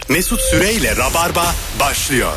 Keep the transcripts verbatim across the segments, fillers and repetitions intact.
Mesut Süreyle Rabarba başlıyor.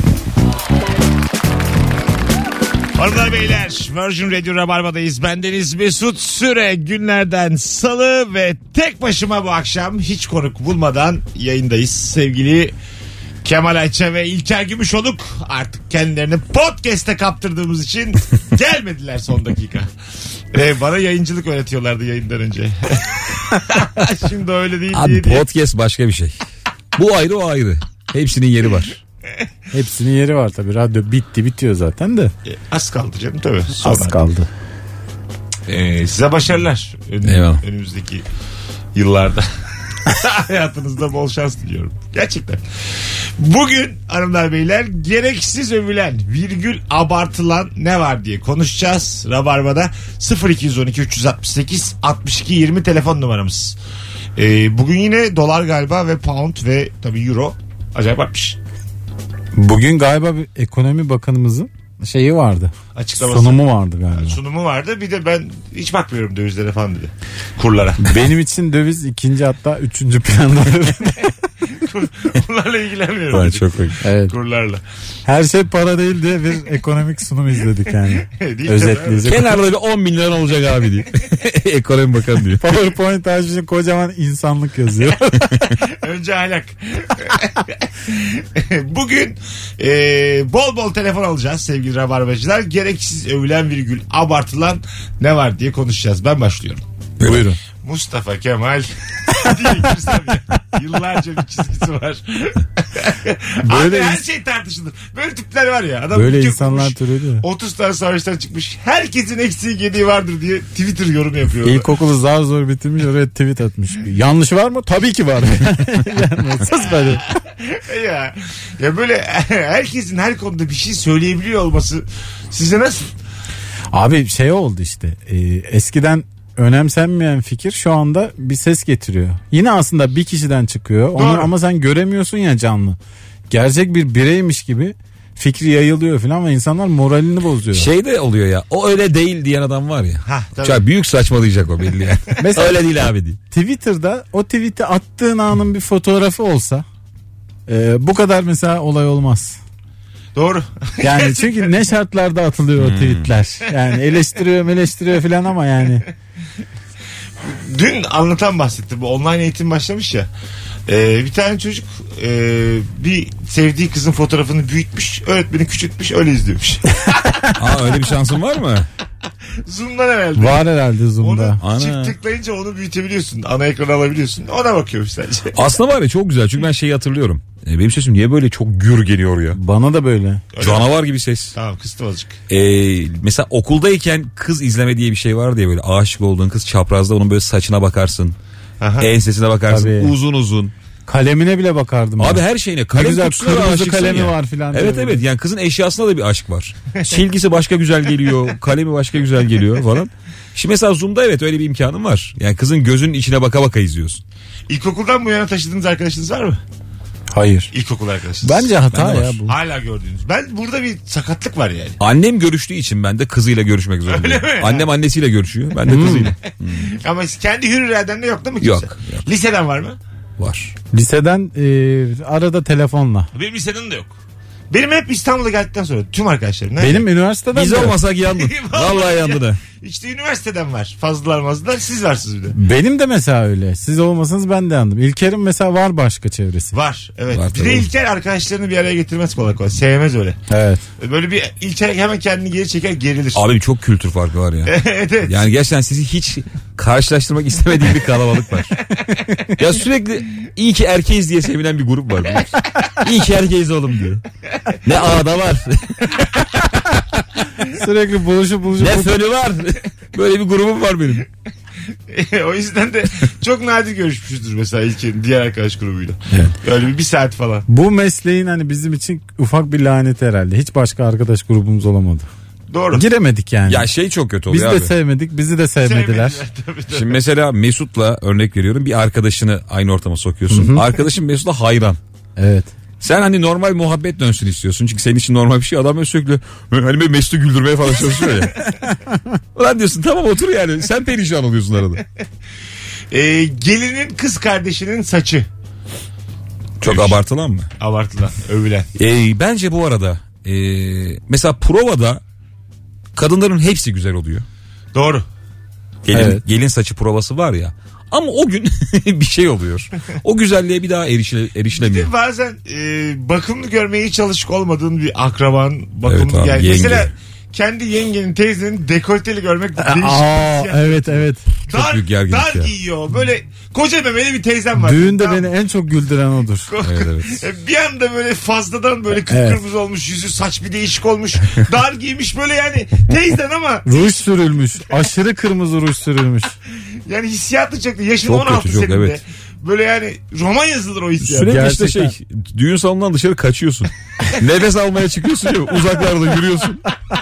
Hanımlar beyler, Virgin Radio Rabarba'dayız. Bendeniz Mesut Süre. Günlerden salı ve tek başıma bu akşam hiç konuk bulmadan yayındayız. Sevgili Kemal Ayça ve İlker Gümüşoluk artık kendilerini podcast'e kaptırdığımız için gelmediler son dakika. Ee, bana yayıncılık öğretiyorlardı yayından önce. Şimdi öyle değil Abi diye. podcast diye. Başka bir şey. Bu ayrı, o ayrı. Hepsinin yeri var. Hepsinin yeri var tabii. Radyo bitti bitiyor zaten de. E, az kaldı canım tabii. Sonra. Az kaldı. Ee, size başarılar. Ön, Eyvallah. önümüzdeki yıllarda. Hayatınızda bol şans diliyorum. Gerçekten. Bugün hanımlar beyler gereksiz övülen, virgül abartılan ne var diye konuşacağız. Rabarba'da sıfır iki on iki üç altı sekiz altmış iki yirmi telefon numaramız. Ee, bugün yine dolar galiba ve pound ve tabii euro acayip artmış. Bugün galiba bir ekonomi bakanımızın şeyi vardı. Açıklaması. Sunumu vardı galiba. Yani sunumu vardı. Bir de ben hiç bakmıyorum dövizlere falan dedi. Kurlara. Benim için döviz ikinci hatta üçüncü planda. Kurlarla ilgilenmiyorum. Ben çok Evet. Kurlarla. Her şey para değil diye bir ekonomik sunum izledik yani. Değil Özetleyecek. Kenarda bir on bin lira olacak abi diye. Ekonomi Bakanı diyor. PowerPoint açmışım, kocaman insanlık yazıyor. Önce ahlak. Bugün e, bol bol telefon alacağız sevgili rabarbacılar. Gereksiz övülen virgül abartılan ne var diye konuşacağız. Ben başlıyorum. Buyurun. Mustafa Kemal diye girsem ya. Yıllarca bir çizgisi var. Böyle Abi her ins- şey tartışılır. Böyle tipler var ya. Adam Böyle video insanlar kurmuş, türedi. otuz tane savaştan çıkmış. Herkesin eksiği gediği vardır diye Twitter yorum yapıyor. İlkokulu zar zor bitirmiş, oraya tweet atmış. Yanlışı var mı? Tabii ki var. Yani, sus böyle. ya, ya böyle herkesin her konuda bir şey söyleyebiliyor olması size nasıl? Abi şey oldu işte. E, eskiden önemsenmeyen fikir şu anda bir ses getiriyor. Yine aslında bir kişiden çıkıyor. Onu, ama sen göremiyorsun ya canlı. Gerçek bir bireymiş gibi fikri yayılıyor falan ama insanlar moralini bozuyor. Şey de oluyor ya. O öyle değil diyen adam var ya. Hah, tabii. Ya büyük saçmalayacak o belli yani. Mesela öyle değil abi diye. Twitter'da o tweet'i attığın anın bir fotoğrafı olsa e, bu kadar mesela olay olmaz. Doğru. Yani çünkü ne şartlarda atılıyor o tweetler. Yani eleştiriyor eleştiriyor falan ama yani. Dün anlatan bahsetti. Bu online eğitim başlamış ya. Ee, bir tane çocuk e, bir sevdiği kızın fotoğrafını büyütmüş. Öğretmeni küçültmüş. Öyle izliyormuş. Aa, öyle bir şansın var mı? Zoom'dan herhalde. Var herhalde Zoom'da. Onu Ana. çift tıklayınca onu büyütebiliyorsun. Ana ekranı alabiliyorsun. Ona bakıyormuş sadece. Aslında var ya, çok güzel. Çünkü ben şeyi hatırlıyorum. E, benim sesim niye böyle çok gür geliyor ya? Bana da böyle. Canavar gibi ses. Tamam, kıstım azıcık. Ee, mesela okuldayken kız izleme diye bir şey var diye, böyle aşık olduğun kız çaprazda onun böyle saçına bakarsın. Aha. Ensesine bakarsın. Tabii. Uzun uzun. Kalemine bile bakardım. Abi ben. her şeyine. Ne Kalem güzel kutusuna da kırmızı aşıksın kalemi ya. var filan. Evet diye. evet, yani kızın eşyasına da bir aşk var. Silgisi başka güzel geliyor. Kalemi başka güzel geliyor falan. Şimdi mesela Zoom'da evet öyle bir imkanın var. Yani kızın gözünün içine baka baka izliyorsun. İlkokuldan bu yana taşıdığınız arkadaşınız var mı? Hayır. İlkokul arkadaşınız. Bence hata Bende ya var. bu. Hala gördüğünüz. Ben burada bir sakatlık var yani. Annem görüştüğü için ben de kızıyla görüşmek zorundayım. Öyle mi? Annem annesiyle görüşüyor. Ben de kızıyla. Ama kendi hür iradende yok değil mi kimse? Yok, yok. Liseden var mı? Var. Liseden e, arada telefonla. Benim liseden de yok. Benim hep İstanbul'a geldikten sonra tüm arkadaşlarım. Nerede? Benim üniversiteden Biz de- olmasak yandın. Vallahi yandın ha. İşte üniversiteden var. Fazlalar mazlar, siz varsınız bir de. Benim de mesela öyle. Siz olmasanız ben de yandım. İlker'in mesela var başka çevresi. Var. Evet. Var bir tabii. de İlker arkadaşlarını bir araya getirmez kolay kolay. Sevmez öyle. Evet. Böyle bir İlker hemen kendini geri çeker, gerilir. Abi çok kültür farkı var ya. evet evet. Yani gerçekten sizi hiç karşılaştırmak istemediğim bir kalabalık var. Ya sürekli iyi ki erkeğiz diye sevinen bir grup var. biliyor musun? İyi ki erkeğiz oğlum diyor. Ne ağda var. Sürekli buluşup buluşup. Ne fönü var. Böyle bir grubum var benim. O yüzden de çok nadir görüşmüşüzdür mesela İlker'in diğer arkadaş grubuyla. Evet. Öyle bir, bir saat falan. Bu mesleğin hani bizim için ufak bir laneti herhalde. Hiç başka arkadaş grubumuz olamadı. Doğru. Giremedik yani. Ya şey çok kötü Biz oluyor de abi. sevmedik, bizi de sevmediler. Sevmediler, tabii, tabii. Şimdi mesela Mesut'la örnek veriyorum, bir arkadaşını aynı ortama sokuyorsun. Arkadaşın Mesut'a hayran. Evet. Sen hani normal muhabbet dönsün istiyorsun. Çünkü senin için normal bir şey. Adam böyle sürekli hani böyle Mesut'u güldürmeye falan çalışıyor ya. Ulan diyorsun tamam otur yani. Sen perişan oluyorsun arada. Ee, gelinin kız kardeşinin saçı. Çok Demiş. abartılan mı? Abartılan, övülen. Ee, bence bu arada e, mesela provada kadınların hepsi güzel oluyor. Doğru. Gelin, Evet. gelin saçı provası var ya. Ama o gün bir şey oluyor. O güzelliğe bir daha erişile, erişilemiyor. Bir de bazen e, bakımlı görmeye hiç alışık olmadığın bir akraban bakımlı. Evet abi, yani yenge. mesela kendi yengenin, teyzenin dekolteli görmek değişik bir Aa, hissiyat. evet evet. Çok Dar, büyük gerginlik dar ya. giyiyor. Böyle koca memeli bir teyzem var. Düğünde Tamam. beni en çok güldüren odur. Evet, evet. E, Bir anda böyle fazladan böyle kıpkırmızı olmuş, yüzü saç bir değişik olmuş. Dar giymiş böyle yani teyzen ama Ruj sürülmüş. Aşırı kırmızı ruj sürülmüş. yani hissiyatlı çok. Yaşın Çok on altı kötü, çok, senin de. evet. Böyle yani roman yazılır o hissiyat. Sürekli işte Gerçekten. şey düğün salonundan dışarı kaçıyorsun. Nefes almaya çıkıyorsun ya uzaklarda yürüyorsun.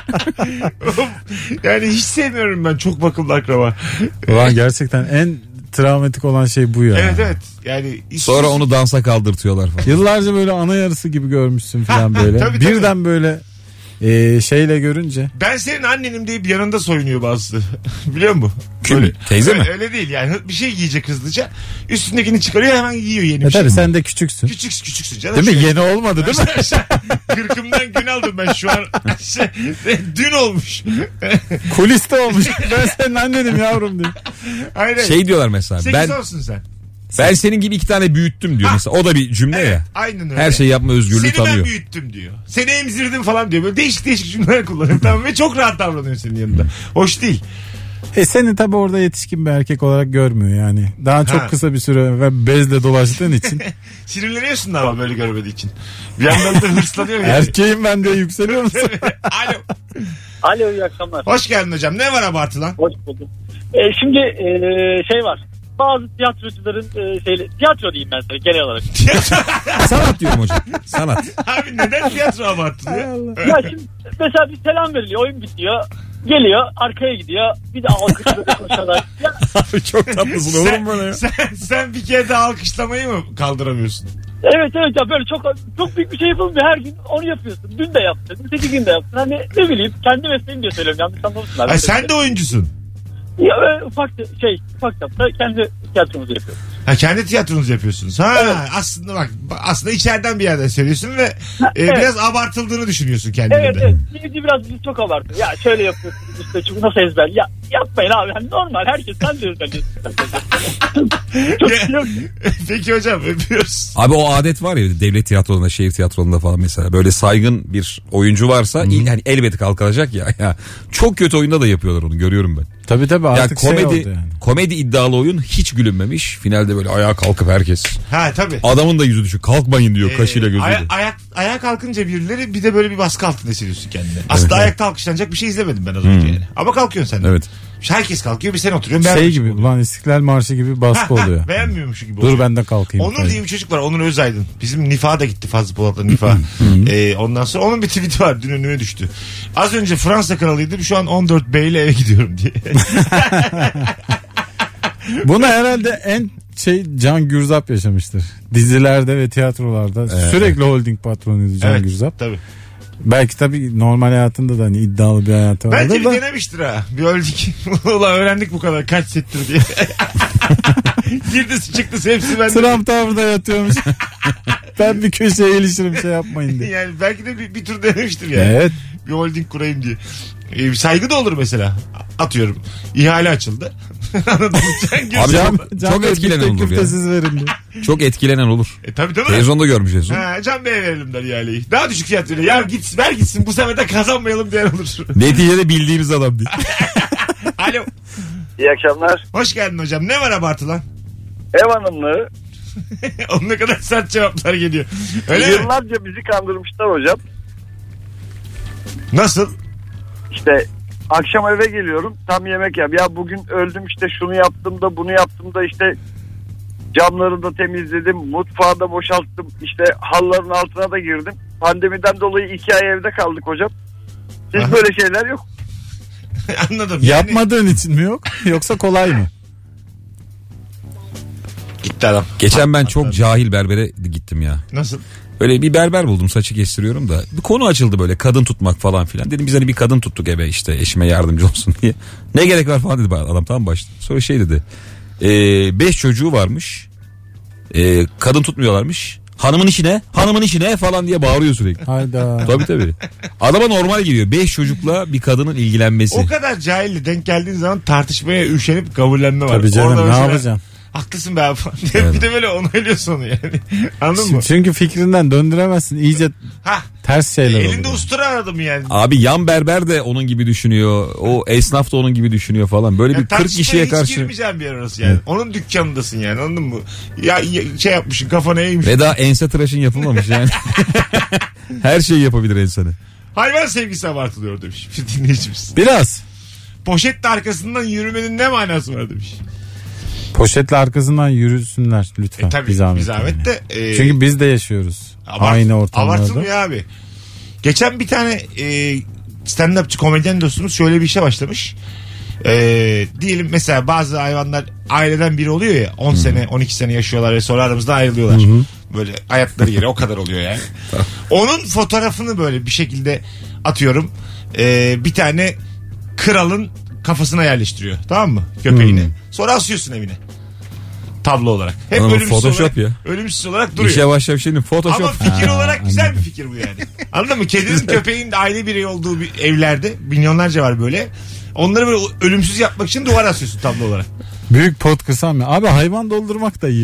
Yani hiç sevmiyorum ben çok bakımlı akraba. Ulan gerçekten en travmatik olan şey bu ya. Evet evet. Yani Sonra onu dansa kaldırtıyorlar falan. Yıllarca böyle ana yarısı gibi görmüşsün falan böyle. Tabii, tabii. Birden böyle e, şeyle görünce. ben senin annenim deyip yanında soyunuyor bazısı. Biliyor musun? Kim? Öyle, Teyze öyle, mi? öyle değil yani bir şey giyecek hızlıca. Üstündekini çıkarıyor hemen giyiyor yeni E bir şey. tabii sen de küçüksün. Küçük küçüksün canım. Değil mi? Şöyle- Yeni olmadı değil mi? Kırkımdan gün aldım ben şu an. Şey, dün olmuş. Kuliste olmuş. Ben senin annenim yavrum diye. Aynen. Şey diyorlar mesela sekiz ben olsun sen. ben senin gibi iki tane büyüttüm diyor Ha. mesela. O da bir cümle Evet, ya. aynen öyle. Her şeyi yapma özgürlüğü Seni ben tanıyor. büyüttüm diyor. Seni emzirdim falan diyor. Böyle değişik değişik cümleler kullanıyor. Tamam ve çok rahat davranıyor senin yanında. Hoş değil. E seni tabii orada yetişkin bir erkek olarak görmüyor yani. Daha çok Ha. kısa bir süre ve bezle dolaştığın için. Sinirleniyorsun da ama böyle görmediği için. Bir yandan da hırslanıyor yani. Erkeğim ben diye yükseliyor musun? Alo. Alo, iyi akşamlar. Hoş geldin hocam. Ne var abartılan? Hoş bulduk. Ee, şimdi e, şey var. Bazı tiyatrocuların e, şeyle, tiyatro diyeyim ben sana genel olarak. Sanat diyorum hocam. Sanat. Abi neden tiyatro abartılıyor? Ya şimdi mesela bir selam veriliyor, oyun bitiyor. Geliyor, arkaya gidiyor. Bir de alkışlıyor koşarak. Ya, Abi çok tatlısın olur sen, mu böyle ya? sen, sen bir kere de alkışlamayı mı kaldıramıyorsun? evet evet ya böyle çok çok büyük bir şey yapılmıyor. Her gün onu yapıyorsun. Dün de yaptın. Öteki gün de yaptın. Hani ne bileyim kendi mesleğim diye söylüyorum. Yanlış anlamışsın. Ay, sen de oyuncusun. Ya öyle ufak şey ufak çapta kendi tiyatromuzu yapıyoruz. Ha, kendi tiyatronuzu yapıyorsunuz. Ha, Evet. aslında bak aslında içeriden bir yerden söylüyorsun ve e, evet. biraz abartıldığını düşünüyorsun kendini Evet de. evet. Bizi biraz biz çok abartıyor. Ya şöyle yapıyorsunuz işte çünkü nasıl ezber. Ya yapmayın abi. Hani normal herkes sen de özberiyorsun. Çok şey yok. Peki hocam öpüyoruz. Abi o adet var ya devlet tiyatrolarında, şehir tiyatrolarında falan mesela. Böyle saygın bir oyuncu varsa iyi, yani elbette kalkacak ya. ya. Çok kötü oyunda da yapıyorlar onu görüyorum ben. Tabii tabii Ya artık şey komedi oldu yani. komedi iddialı oyun hiç gülünmemiş. Finalde böyle ayağa kalkıp herkes. Ha tabii. Adamın da yüzü düşük. Kalkmayın diyor Ee, kaşıyla gözüyle. aya- ayak, ayağa kalkınca birileri bir de böyle bir baskı altında hissediyorsun kendini. Aslında Evet, ayakta alkışlanacak bir şey izlemedim ben az önce yani. Ama kalkıyorsun sen de. Evet. Herkes kalkıyor bir sen oturuyorsun. Şey beğenmemiş gibi gibi oluyor. ulan İstiklal Marşı gibi baskı Ha, ha, oluyor. Beğenmiyormuş gibi Dur oluyor. ben de kalkayım. Onur Tabii. diye bir çocuk var. Onur Özaydın. Bizim Nifa da gitti. Fazlı Polat'la Nifa. ee, ondan sonra onun bir tweet'i var. Dün önüme düştü. Az önce Fransa kralıydım. Şu an on dört B ile eve gidiyorum diye. Bunu herhalde en şey Can Gürzap yaşamıştır. Dizilerde ve tiyatrolarda sürekli holding patronuydu Can evet. Gürzap. Tabii. Belki tabii normal hayatında da hani iddialı bir hayatı vardır Bence bir da. denemiştir ha. Bir öldük. Ulan öğrendik bu kadar. Kaç settir diye. Girdi çıktı hepsi bende. Trump tavrında yatıyormuş. Ben bir köşeye ilişirim şey yapmayın diye. Yani belki de bir, bir tur denemiştir yani. Evet. Bir holding kurayım diye. Ee, saygı da olur mesela. Atıyorum. İhale açıldı. Anladın mı? Can Gürzap. Abi Can, Çok- Can çok Bey, etkilenen bir olur teklif ya. de siz verin diye. Çok etkilenen olur. E tabii değil mi? Televizyonda görmüşüz. Ha, Can Bey'e verelim der ihaleyi. Daha düşük fiyat veriyor. Ya git ver gitsin bu sefer de kazanmayalım diyen olur. Neticede bildiğimiz adam değil. Alo. İyi akşamlar. Hoş geldin hocam. Ne var abartılan? Ev hanımlığı Onun ne kadar sert cevaplar geliyor. Öyle mi? yıllarca bizi kandırmışlar hocam. Nasıl? İşte akşam eve geliyorum tam yemek yap. Ya bugün öldüm işte şunu yaptım da bunu yaptım da işte camları da temizledim. Mutfağı da boşalttım. İşte halların altına da girdim. Pandemiden dolayı iki ay evde kaldık hocam. Hiç Aha. böyle şeyler yok. Anladım. Yani... Yapmadığın için mi yok yoksa kolay mı? Gitti adam. Geçen ben çok Atladı. cahil berbere gittim ya. Nasıl? Böyle bir berber buldum, saçı kestiriyorum da. Bir konu açıldı böyle, kadın tutmak falan filan. Dedim biz hani bir kadın tuttuk eve işte, eşime yardımcı olsun diye. Ne gerek var falan dedi adam tam başta. Sonra şey dedi. Ee, beş çocuğu varmış. Ee, kadın tutmuyorlarmış. Hanımın işine, hanımın işine falan diye bağırıyor sürekli. Hayda. Tabii tabii. Adama normal geliyor. Beş çocukla bir kadının ilgilenmesi. O kadar cahilli denk geldiğin zaman tartışmaya üşenip kabullenme var. Tabii canım, Orada ne mesela, yapacaksın? haklısın be abi. Bir de böyle onaylıyorsun onu yani. Anladın mı? Çünkü fikrinden döndüremezsin. İyice Ha. ters şeyler Elinde olur. ustura aradım yani. Abi yan berber de onun gibi düşünüyor. O esnaf da onun gibi düşünüyor falan. Böyle Yani bir kırk kişiye hiç karşı. girmeyeceğim bir yer orası yani. Onun dükkanındasın yani, anladın mı? Ya, ya şey yapmışsın, kafana eğmiş. Ve daha ense tıraşın yapılmamış yani. Her şeyi yapabilir ensene. Hayvan sevgisi abartılıyor demiş bir dinleyicimiz. Biraz. Poşetle arkasından yürümenin ne manası var demiş. Poşetle arkasından yürüsünler lütfen. E tabii bir zahmet, bir zahmet yani. de. E, Çünkü biz de yaşıyoruz. abart, Aynı ortamlarda. Abartılmıyor abi. Geçen bir tane e, stand-upçı komedyen dostumuz şöyle bir işe başlamış. E, diyelim mesela bazı hayvanlar aileden biri oluyor ya, on sene on iki sene yaşıyorlar ve sonra aramızda ayrılıyorlar. Hı-hı. Böyle hayatları yeri o kadar oluyor yani. Onun fotoğrafını böyle bir şekilde atıyorum. E, bir tane kralın kafasına yerleştiriyor, tamam mı, köpeğini. Hmm. Sonra asıyorsun evine. Tablo olarak. Hep Ama ölümsüz Photoshop olarak, ya. ölümsüz olarak duruyor. İşe başlayıp Photoshop. Ama fikir Ha, olarak güzel anladım. bir fikir bu yani. Anladın mı? Kedinin köpeğin de aile bireyi olduğu bir evlerde milyonlarca var böyle. Onları böyle ölümsüz yapmak için duvar asıyorsun tablo olarak. Büyük pot kısa mı? Abi hayvan doldurmak da iyi.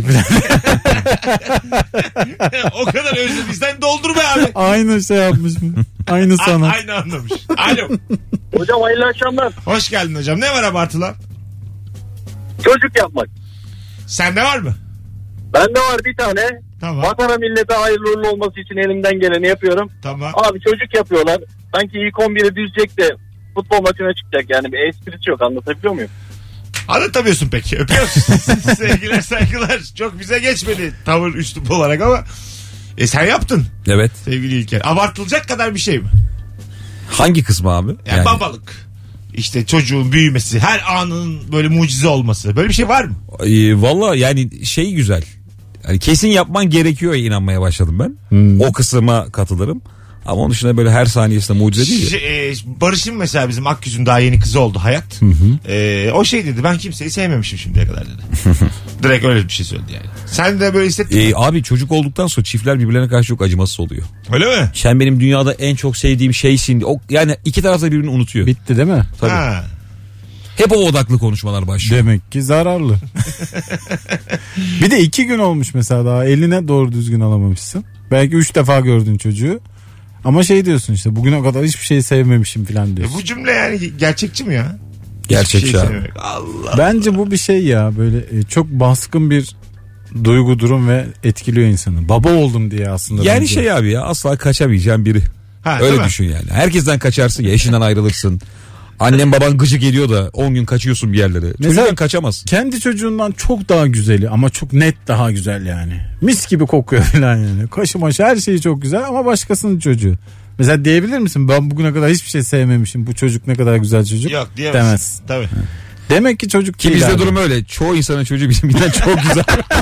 O kadar özlediysen doldur be abi. Aynı şey yapmış mı? Aynı sana. A- aynı anlamış. Alo. Hocam hayırlı akşamlar. Hoş geldin hocam. Ne var abartılan? Çocuk yapmak. Sende var mı? Bende var bir tane. Tamam. Vatana millete hayırlı uğurlu olması için elimden geleni yapıyorum. Tamam. Abi çocuk yapıyorlar. Sanki ilk on biri düzecek de futbol maçına çıkacak. Yani bir esprisi yok, anlatabiliyor muyum? Anlatamıyorsun peki. Öpüyorsun. Sevgiler saygılar. Çok bize geçmedi tavır üslup olarak ama e sen yaptın Evet. sevgili İlker. Abartılacak kadar bir şey mi? Hangi kısmı abi? Yani, Yani, babalık. İşte çocuğun büyümesi, her anın böyle mucize olması. Böyle bir şey var mı? E, Valla yani şey güzel. Yani kesin yapman gerekiyor inanmaya başladım ben. Hmm. O kısma katılırım. Ama onun dışında böyle her saniyesinde mucize değil. ya. Şey, e, Barış'ın mesela bizim Akgüz'ün daha yeni kızı oldu Hayat. E, o şey dedi, ben kimseyi sevmemişim şimdiye kadar dedi. Direkt öyle bir şey söyledi yani. Sen de böyle hissettin E, mi? abi çocuk olduktan sonra çiftler birbirlerine karşı çok acımasız oluyor. Öyle mi? Sen benim dünyada en çok sevdiğim şeysin. O, yani iki taraf da birbirini unutuyor. Bitti değil mi? Tabii. Ha. Hep o odaklı konuşmalar başlıyor. Demek ki zararlı. Bir de iki gün olmuş mesela, daha eline doğru düzgün alamamışsın. Belki üç defa gördün çocuğu. Ama şey diyorsun işte, bugüne kadar hiçbir şey sevmemişim falan E, diyorsun. bu cümle yani gerçekçi mi ya? Gerçekçi Hiçbir şey abi. sevmemek. Allah. Bence bu bir şey ya, böyle e, çok baskın bir duygu, durum ve etkiliyor insanı. Baba oldum diye aslında. Yani bence. şey abi ya, asla kaçamayacağın biri. Ha, değil Öyle mi? düşün yani. Herkesten kaçarsın ya, eşinden ayrılırsın. Annen baban gıcık ediyor da on gün kaçıyorsun bir yerlere. Mesela- Çocuktan kaçamazsın. Kendi çocuğundan çok daha güzeli ama çok net daha güzel yani. Mis gibi kokuyor falan yani. Kaşı maşı her şeyi çok güzel ama başkasının çocuğu. Mesela diyebilir misin, ben bugüne kadar hiçbir şey sevmemişim, bu çocuk ne kadar güzel çocuk? Yok diyemezsin. Demez. Tabii. Demek ki çocuk Ki değil bizde abi. durum öyle. Çoğu insanın çocuğu bizimkinden çok güzel.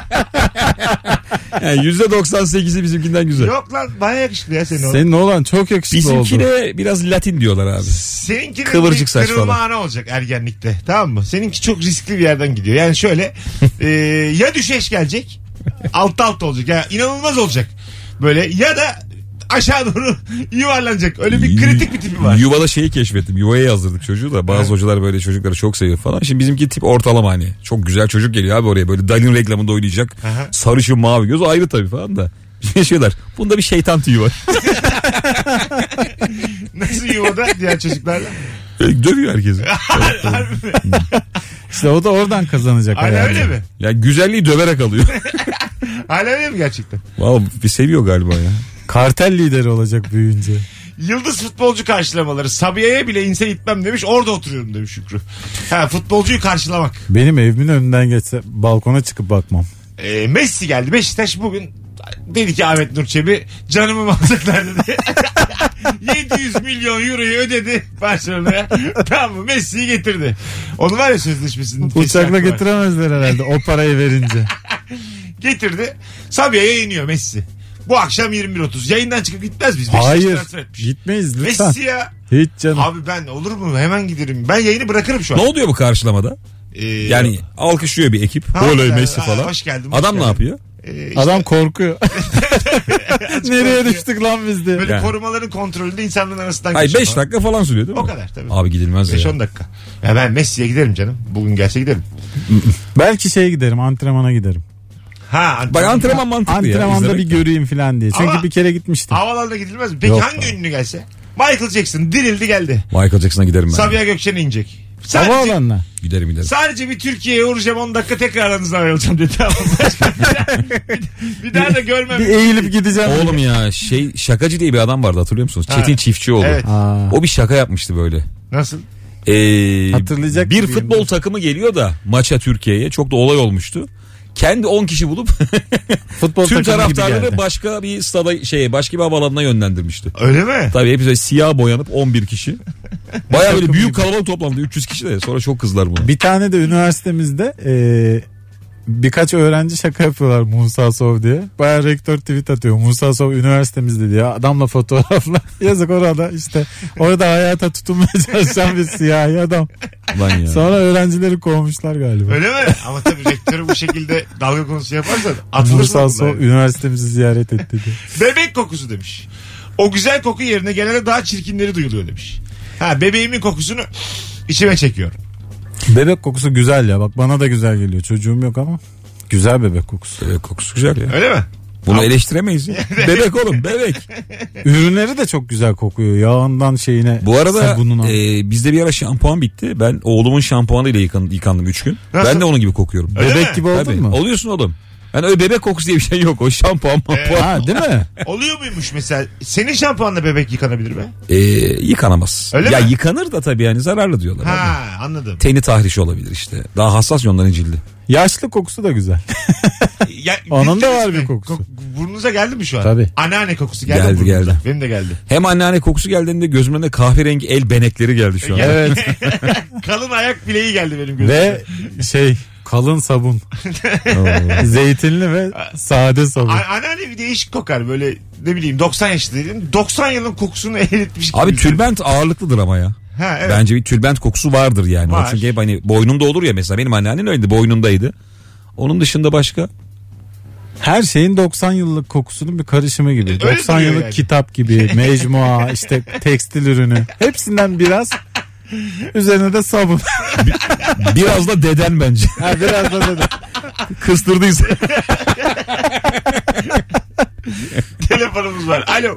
Yani yüzde doksan sekizi bizimkinden güzel. Yok lan baya yakışıklı ya senin oğlum. Senin oğlan çok yakışıklı Bizimki oldu. de biraz Latin diyorlar abi. Seninkinin Kıvırcık bir saç kırılma falan. anı olacak ergenlikte, tamam mı? Seninki çok riskli bir yerden gidiyor. Yani şöyle e, ya düşeş gelecek, alt alt olacak, yani inanılmaz olacak böyle, ya da aşağı doğru yuvarlanacak. Öyle bir kritik bir tipi var. Yuvada şeyi keşfettim. Yuvaya yazdırdık çocuğu da. Bazı Evet. hocalar böyle çocukları çok seviyor falan. Şimdi bizimki tip ortalama hani. Çok güzel çocuk geliyor abi oraya. Böyle Dalin reklamında oynayacak. Aha. Sarışın mavi göz ayrı tabii falan da. Şeyler. Bunda bir şeytan tüyü var. Nasıl yuvada diğer çocuklarla? Dövüyor herkesi. Harbi mi? İşte o da oradan kazanacak Hala hayatı. öyle mi? Yani güzelliği döverek alıyor. Hala öyle mi gerçekten? Vallahi bir seviyor galiba ya. Kartel lideri olacak büyüyünce. Yıldız futbolcu karşılamaları. Sabiha'ya bile inse gitmem demiş. Orada oturuyorum demiş Şükrü. Ha, futbolcuyu karşılamak. Benim evimin önünden geçse balkona çıkıp bakmam. Ee, Messi geldi. Beşiktaş bugün dedi ki Ahmet Nur Çebi, canımı mı alacaklar dedi. yedi yüz milyon euroyu ödedi Barcelona'ya. Tamam mı? Messi'yi getirdi. Onu var ya sözleşmesinin. Uçakla teşkilatı var. getiremezler herhalde o parayı verince. Getirdi. Sabiha'ya iniyor Messi. Bu akşam yirmi bir otuz. Yayından çıkıp gitmez biz. Hayır transfer etmiş. gitmeyiz lütfen. Messi ya. Hiç canım. Abi ben olur mu? Hemen giderim. Ben yayını bırakırım şu an. Ne oluyor bu karşılamada? Ee, Yani alkışlıyor bir ekip. ha, Oley ha, Messi ha, falan. hoş geldin, hoş Adam geldin. ne yapıyor? e, işte Adam korkuyor. Nereye korkuyor. düştük lan biz de. Böyle Yani. korumaların kontrolünde insanların arasından Hayır geçiyor beş falan. dakika falan sürüyor değil mi? O kadar tabii. Abi gidilmez beş ya. on dakika. Ya ben Messi'ye giderim canım. Bugün gelse giderim. Belki şeye giderim, antrenmana giderim. Ha antrenman. Bak antrenman mantıklı ya. Antrenmanda izlemek. bir göreyim falan diye. Çünkü Ama- bir kere gitmiştim. Havalarına gidilmez mi? Peki Yok hangi abi. ünlü gelse? Michael Jackson dirildi geldi. Michael Jackson'a giderim ben. Sabiha Gökçen'e inecek. Sadece, Havaalanına. Giderim giderim. sadece bir Türkiye'ye uğrayacağım on dakika tekrar aranızdan ayrılacağım dedi. Tamam. Başka bir, daha, bir, bir daha da görmem. Bir eğilip gideceğim. Oğlum ya şey şakacı diye bir adam vardı hatırlıyor musunuz? Ha. Çetin Çiftçioğlu. Evet. Aa. O bir şaka yapmıştı böyle. Nasıl? Ee, Hatırlayacak bir gibiyim futbol ben. takımı geliyor da maça Türkiye'ye. Çok da olay olmuştu. Kendi on kişi bulup Futbol tüm takımı gibi taraftarları geldi. başka bir stada şeye başka bir havaalanına yönlendirmişti. Öyle mi? Tabii hepsi böyle siyah boyanıp on bir kişi. Baya böyle Takım büyük gibi. kalabalık toplandı. üç yüz kişi de. Sonra çok kızlar buna. Bir tane de üniversitemizde e, birkaç öğrenci şaka yapıyorlar Musa Sov diye. Baya rektör tweet atıyor. Musa Sov üniversitemizde diye. Adamla fotoğrafla. Yazık orada işte. Orada hayata tutunmaya çalışan bir siyahi adam. Lan ya. Sonra öğrencileri kovmuşlar galiba. Öyle mi? Ama tabii rektörü bu şekilde dalga konusu yaparsan atılırsın. Musa Sov okuldan. üniversitemizi ziyaret etti diye. Bebek kokusu demiş. O güzel koku yerine genelde daha çirkinleri duyuluyor demiş. Ha bebeğimin kokusunu içime çekiyor. Bebek kokusu güzel ya. Bak bana da güzel geliyor. Çocuğum yok ama. Güzel bebek kokusu. Bebek kokusu güzel ya. Öyle mi? Bunu eleştiremeyiz ya. Bebek oğlum bebek. Ürünleri de çok güzel kokuyor. Yağından şeyine. Bu arada sabununa. e, bizde bir ara şampuan bitti. Ben oğlumun şampuanıyla yıkan, yıkandım üç gün. Nasıl? Ben de onun gibi kokuyorum. Öyle Bebek mi? gibi oldun Tabii. mu? Oluyorsun oğlum. Yani öyle bebek kokusu diye bir şey yok. O şampuan mampuan. Ha değil mi? Oluyor muymuş mesela? Senin şampuanla bebek yıkanabilir mi? E, yıkanamaz. Öyle ya mi? yıkanır da tabii yani zararlı diyorlar. Abi. Ha anladım. Teni tahrişi olabilir işte. Daha hassas yonların cildi. Yaşlı kokusu da güzel. Ya, Onun da bildiniz var mi? bir kokusu. Kok- burnunuza geldi mi şu an? Tabii. Anneanne kokusu geldi. Geldi, mi burnunuza? geldi. Benim de geldi. Hem anneanne kokusu geldiğinde gözümün önüne kahverengi el benekleri geldi şu an. Evet. Kalın ayak bileği geldi benim gözüme. Ve şey kalın sabun. Zeytinli ve sade sabun. A- anneanne bir değişik kokar böyle ne bileyim doksan yaşındaydım. doksan yılın kokusunu eritmiş gibi. Abi tülbent ağırlıklıdır ama ya. Ha, evet. Bence bir tülbent kokusu vardır yani. Var. O çünkü hep hani boynunda olur ya mesela benim anneannem öyleydi boynundaydı. Onun dışında başka. Her şeyin doksan yıllık kokusunun bir karışımı gibi. Öyle doksan duruyor yıllık yani. kitap gibi, mecmua, işte tekstil ürünü. Hepsinden biraz. Üzerine de sabun. Biraz da deden bence. Ha, biraz da dedim. Kıstırdıysa. Telefonumuz var. Alo.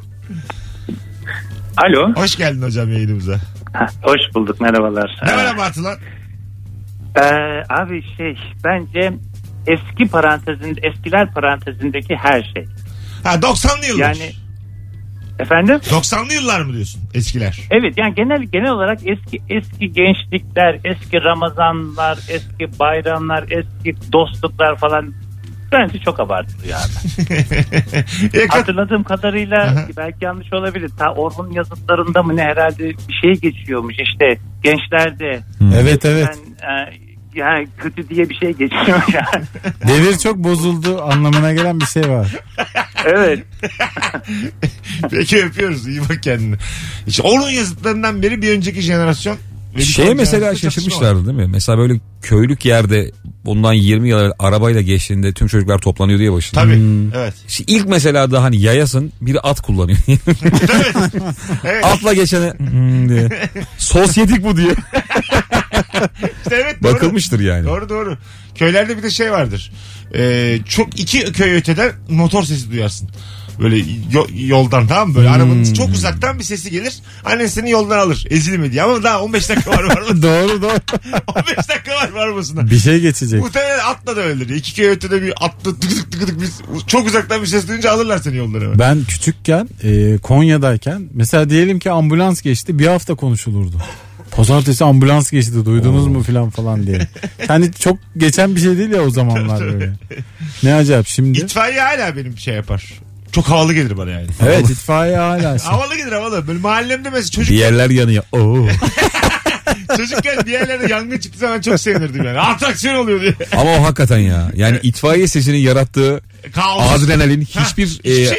Alo. Hoş geldin hocam yayınımıza. Ha, hoş bulduk, merhabalar. Ne var ama atılan? Ee, abi şey bence eski parantezinde eskiler parantezindeki her şey. Ha doksanlı yıllar. Yani efendim? doksanlı yıllar mı diyorsun eskiler? Evet yani genel genel olarak eski eski gençlikler, eski Ramazanlar, eski bayramlar, eski dostluklar falan bence çok abartılı yani. E, kat- Hatırladığım kadarıyla Aha. belki yanlış olabilir. Ta Orhun yazıtlarında mı ne herhalde bir şey geçiyormuş işte gençlerde. Evet evet. Ben, e, yani kötü diye bir şey geçiyor yani. Devir çok bozuldu anlamına gelen bir şey var. Evet. Peki öpüyoruz. İyi bak kendine. İşte onun yazıtlarından beri bir önceki jenerasyon. ve bir Şeye sonraki mesela jenerasyon çatışma var. şaşırmışlardı değil mi? Mesela böyle köylük yerde bundan yirmi yıl evvel arabayla geçtiğinde tüm çocuklar toplanıyor diye başında. Tabii. Hmm. Evet. İşte ilk mesela da hani yayasın biri at kullanıyor. Evet. Atla geçene "Hmm" diye. Sosyetik bu diye. İşte evet doğru. Bakılmıştır yani. Doğru doğru. Köylerde bir de şey vardır. Ee, çok iki köy öteden motor sesi duyarsın. Böyle yo- yoldan tamam mı? Böyle arabanın çok uzaktan bir sesi gelir. Annen seni yoldan alır. Ezilme diye. Ama daha on beş dakika var varmasın. Doğru doğru. on beş dakika var varmasına. Bir şey geçecek. Muhtemelen atla da öyledir. İki köy ötede bir atla tık tık tık tık bir, çok uzaktan bir ses duyunca alırlar seni yoldan hemen. Ben küçükken e, Konya'dayken mesela diyelim ki ambulans geçti bir hafta konuşulurdu. Pazartesi ambulans geçti duydunuz mu filan falan diye. Yani çok geçen bir şey değil ya o zamanlar böyle. Ne acayip şimdi. İtfaiye hala benim şey yapar. Çok havalı gelir bana yani. Evet itfaiye hala şey. Havalı gelir havalı. Böyle mahallemde mesela çocuk, Bir yerler yanıyor. Oo. çocukken bir yerlerde yangın çıktı zaman çok sevinirdim yani. Atraksiyon oluyor diye. Ama o hakikaten ya. Yani itfaiye sesinin yarattığı Kaos. adrenalin Ha, hiçbir hiçbir e, şey de yok.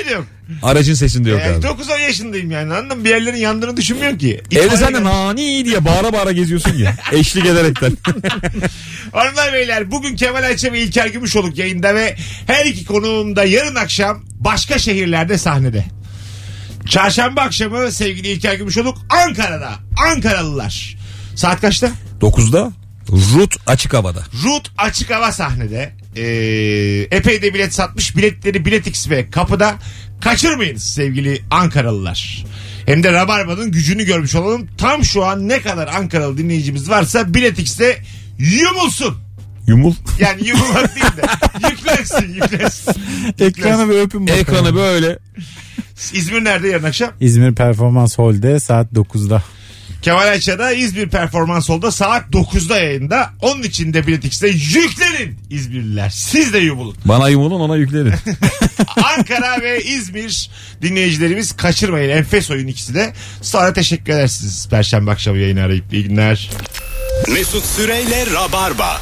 aracın sesinde yok Yani abi. dokuz on yaşındayım yani, anladın mı? Bir yerlerin yandığını düşünmüyorum ki. Evde İtfaiye sen de geldi. nani diye bağıra bağıra geziyorsun ya. Eşlik ederekten. Hanımlar beyler, bugün Kemal Ayça ve İlker Gümüşoluk yayında ve her iki konuğum da yarın akşam başka şehirlerde sahnede. Çarşamba akşamı sevgili İlker Gümüşoluk Ankara'da. Ankaralılar. Saat kaçta? dokuzda Rut açık havada. Rut açık hava sahnede. Ee, epey de bilet satmış. Biletleri Biletix ve kapıda. Kaçırmayınız sevgili Ankaralılar. Hem de Rabarba'nın gücünü görmüş olalım. Tam şu an ne kadar Ankaralı dinleyicimiz varsa Biletix'te yumulsun. Yumul. Yani yumulmak değil de yüklensin, yüklensin. Ekranı bir öpün bakalım. Ekranı böyle. İzmir nerede yarın akşam? İzmir Performans Hall'de saat dokuzda. Kemal Ayça'da İzmir Performans Hall'da saat dokuzda yayında. Onun için de Biletix'te yüklenin İzmirliler. Siz de yumulun. Bana yumulun, ona yüklenin. Ankara ve İzmir dinleyicilerimiz kaçırmayın. Enfes oyun ikisi de. Sonra teşekkür edersiniz. Perşembe akşamı yayını arayıp iyi günler. Mesut Süreyle Rabarba.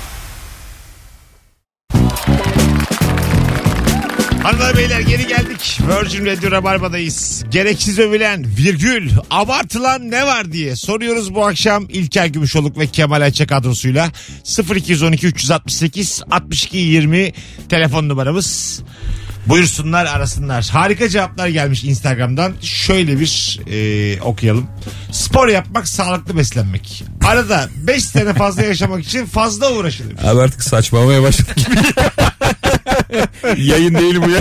Hanımlar beyler, geri geldik. Virgin Radio Rabarba'dayız. Gereksiz övülen, virgül, abartılan ne var diye soruyoruz bu akşam İlker Gümüşoluk ve Kemal Ayça kadrosuyla. sıfır iki on iki üç altı sekiz altmış iki yirmi telefon numaramız. Buyursunlar, arasınlar. Harika cevaplar gelmiş Instagram'dan. Şöyle bir e, okuyalım. Spor yapmak, sağlıklı beslenmek. Arada beş sene fazla yaşamak için fazla uğraşılır. Abi artık saçmalamaya başladık gibi. Yayın değil bu ya.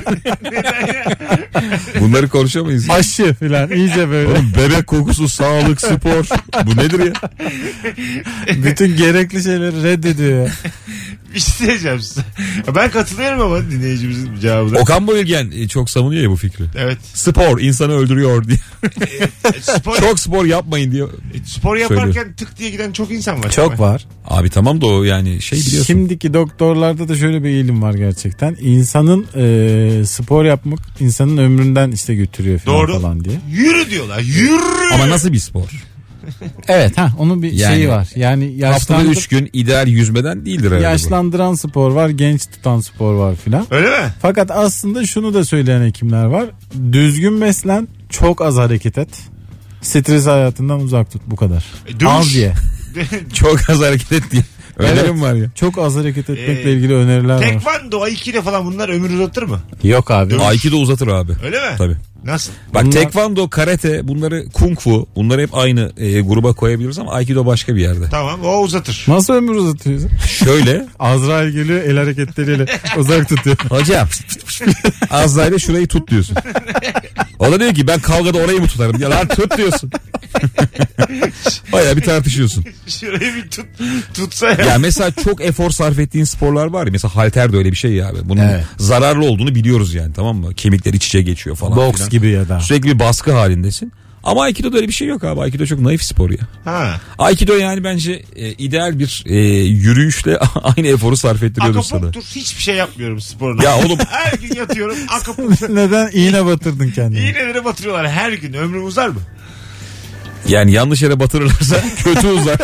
Bunları konuşamayız. Aşı filan iyice böyle. Oğlum, bebek kokusu, sağlık, spor. Bu nedir ya? Bütün gerekli şeyleri reddediyor ya. Bir şey diyeceğim size. Ben katılıyorum ama dinleyicimizin cevabına. Okan Bayülgen çok savunuyor ya bu fikri. Evet. Spor insanı öldürüyor diye. E, spor, Çok spor yapmayın diyor. e, spor yaparken tık diye giden çok insan var. Çok var. Abi tamam da o yani şey biliyorsun. Şimdiki doktorlarda da şöyle bir eğilim var gerçekten. İnsanın e, spor yapmak insanın ömründen işte götürüyor falan, Doğru. falan diye. Yürü diyorlar. Yürü. Ama nasıl bir spor? Evet, ha onun bir Yani şeyi var. Yani Haftada yaşlandır, üç gün ideal yüzmeden değildir herhalde. yaşlandıran spor var, genç tutan spor var filan. Öyle mi? Fakat aslında şunu da söyleyen hekimler var. Düzgün beslen, çok az hareket et. Stres hayatından uzak tut, bu kadar. E, dövüş. Az ye. bu. Çok az hareket et diye. Önerim Evet. var ya. Çok az hareket etmekle Ee, ilgili öneriler var. Tekvando, Aikido falan bunlar ömür uzatır mı? Yok abi. Aikido uzatır abi. Öyle mi? Tabii. Nasıl? Bak Bunlar- tekvando, karate, bunları kung fu, bunları hep aynı e, gruba koyabiliriz ama aikido başka bir yerde. Tamam, o uzatır. Nasıl ömür uzatıyorsun? Şöyle Azrail geliyor, el hareketleriyle uzak tutuyor. hocam Azrail'e şurayı tut diyorsun. O da diyor ki ben kavgada orayı mı tutarım? Ya lan tut diyorsun. Baya bir tartışıyorsun. Şurayı bir tut, tutsa ya. Ya mesela çok efor sarf ettiğin sporlar var ya. Mesela halter de öyle bir şey ya abi. Bunun Evet. zararlı olduğunu biliyoruz yani, tamam mı? Kemikler iç içe geçiyor falan Boks filan. gibi ya da. Sürekli bir baskı halindesin. Ama Aikido'da öyle bir şey yok abi. Aikido çok naif spor ya. Ha. Aikido yani bence e, ideal bir e, yürüyüşle aynı eforu sarf ettiriyoruz sana. Akupunktur, hiçbir şey yapmıyorum sporuna. Ya oğlum Her gün yatıyorum. Akupunktur. Neden iğne batırdın kendini? İğneleri batırıyorlar her gün. Ömrüm uzar mı? yani yanlış yere batırırlarsa kötü uzar.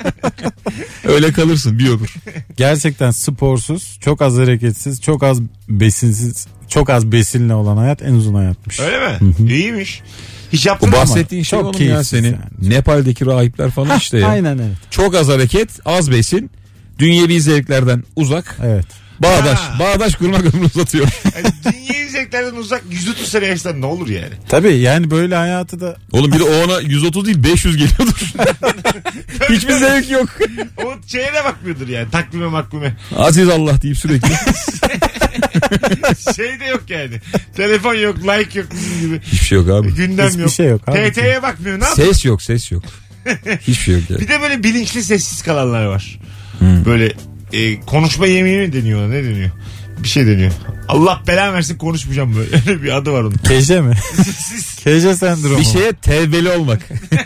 Öyle kalırsın bir ömür. Gerçekten sporsuz, çok az hareketsiz, çok az besinsiz, çok az besinle olan hayat en uzun hayatmış. Öyle mi? İyiymiş. Hiç yaptın O mı? bahsettiğin şey çok oğlum ya keyifsiz senin. yani. Nepal'deki rahipler falan işte ya. Aynen evet. Çok az hareket, az besin, dünyevi zevklerden uzak. Evet. Bağdaş. Ha. Bağdaş kurmak ömrünü uzatıyor. Yani dünya zevklerden uzak yüz otuz sene yaştan ne olur yani? Tabii yani böyle hayatı da Oğlum bir de o ona yüz otuz değil beş yüz geliyordur. Hiçbir zevk yok. O şeye de bakmıyordur yani. Takvime makvime. Aziz Allah deyip sürekli. Şey de yok yani. Telefon yok, like yok bizim gibi. Hiçbir şey yok abi. Gündem hiçbir yok. şey yok abi. T T'ye bakmıyor. Ne yapıyor? Ses yok, ses yok. Hiçbir şey yok yani. Bir de böyle bilinçli sessiz kalanlar var. Hmm. Böyle e, konuşma yemeği mi deniyor ona, ne deniyor? Bir şey deniyor. Allah belanı versin konuşmayacağım böyle. Öyle bir adı var onun. keje mi? Keje sendromu. Bir şeye tevbeli olmak.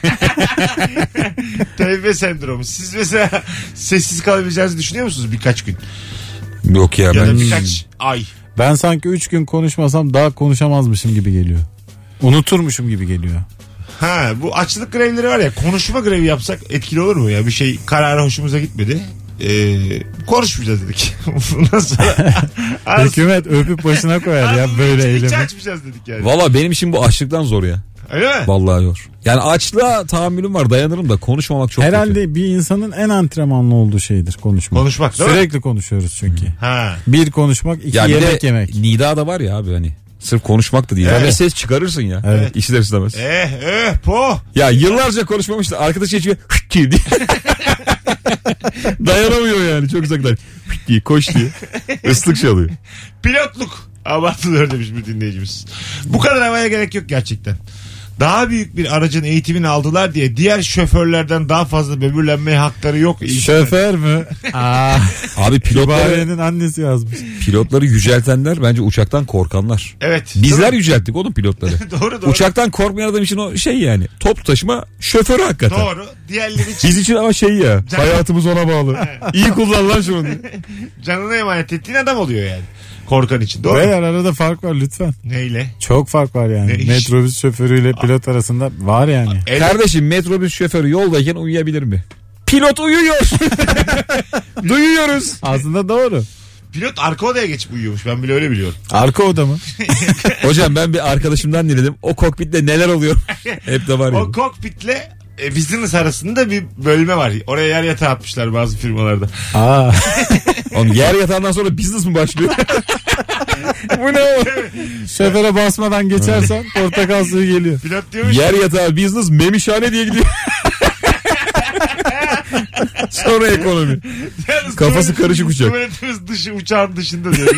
Tevbe sendromu. Siz mesela sessiz kalabileceğinizi düşünüyor musunuz birkaç gün? Yok ya Ya da ben. birkaç ay. Ben sanki üç gün konuşmasam daha konuşamazmışım gibi geliyor. Unuturmuşum gibi geliyor. Ha, bu açlık grevleri var ya, konuşma grevi yapsak etkili olur mu ya? Bir şey kararı hoşumuza gitmedi. e, konuşmayacağız dedik. Bundan sonra az- Hükümet öpüp başına koyar ya az- böyle hiç eylemi. açmayacağız dedik yani. Valla benim için bu açlıktan zor ya. Öyle mi? Vallahi zor. Yani açlığa tahammülüm var, dayanırım da konuşmamak çok Herhalde kötü. bir insanın en antrenmanlı olduğu şeydir konuşmak. Konuşmak değil mi? Sürekli konuşuyoruz çünkü. Ha. Bir konuşmak, iki Ya bir yemek de yemek. Nida da var ya abi hani. Sırf konuşmak da değil. Evet. Bir ses çıkarırsın ya. Evet. İster istemez. Eh eh po. Ya yıllarca konuşmamıştı. Arkadaşı içiyor. Hık diye. Dayanamıyor yani çok uzaktan. Hık diye koş diye. Islık çalıyor. Pilotluk abartılıyor demiş bir dinleyicimiz. Bu kadar havaya gerek yok gerçekten. Daha büyük bir aracın eğitimini aldılar diye diğer şoförlerden daha fazla böbürlenmeye hakları yok. Şoför mü? Aa, Abi pilotları, Kibariye'nin annesi yazmış. pilotları yüceltenler bence uçaktan korkanlar. Evet. Bizler yücelttik oğlum pilotları. Doğru doğru. Uçaktan korkmayan adam için o şey yani. Top taşıma şoförü hakikaten. Doğru. Diğerleri için Biz için ama şey ya. Can- Hayatımız ona bağlı. İyi kullan lan şunu diye. canına emanet ettiğin adam oluyor yani. Korkan için. Doğru. Beyler arada fark var lütfen. Neyle? Çok fark var yani. Ne iş? Metrobüs şoförüyle pilot arasında var yani. El- Kardeşim metrobüs şoförü yoldayken uyuyabilir mi? Pilot uyuyor. Duyuyoruz. Aslında doğru. Pilot arka odaya geçip uyuyormuş. Ben bile öyle biliyorum. Arka oda mı? Hocam ben bir arkadaşımdan dinledim. O kokpitte neler oluyor? Hep de var ya. O kokpitle e, business arasında bir bölme var. Oraya yer yatağı atmışlar bazı firmalarda. Aa. Oğlum yer yatağından sonra business mi başlıyor? Bu ne o? Şoföre basmadan geçersen portakal suyu geliyor. Pilot diyormuş. Yer yatağı business memişhane diye gidiyor. Sonra ekonomi. Yalnız Kafası tuvalet- karışık uçak. Tuvaletimiz dışı uçağın dışında diyor.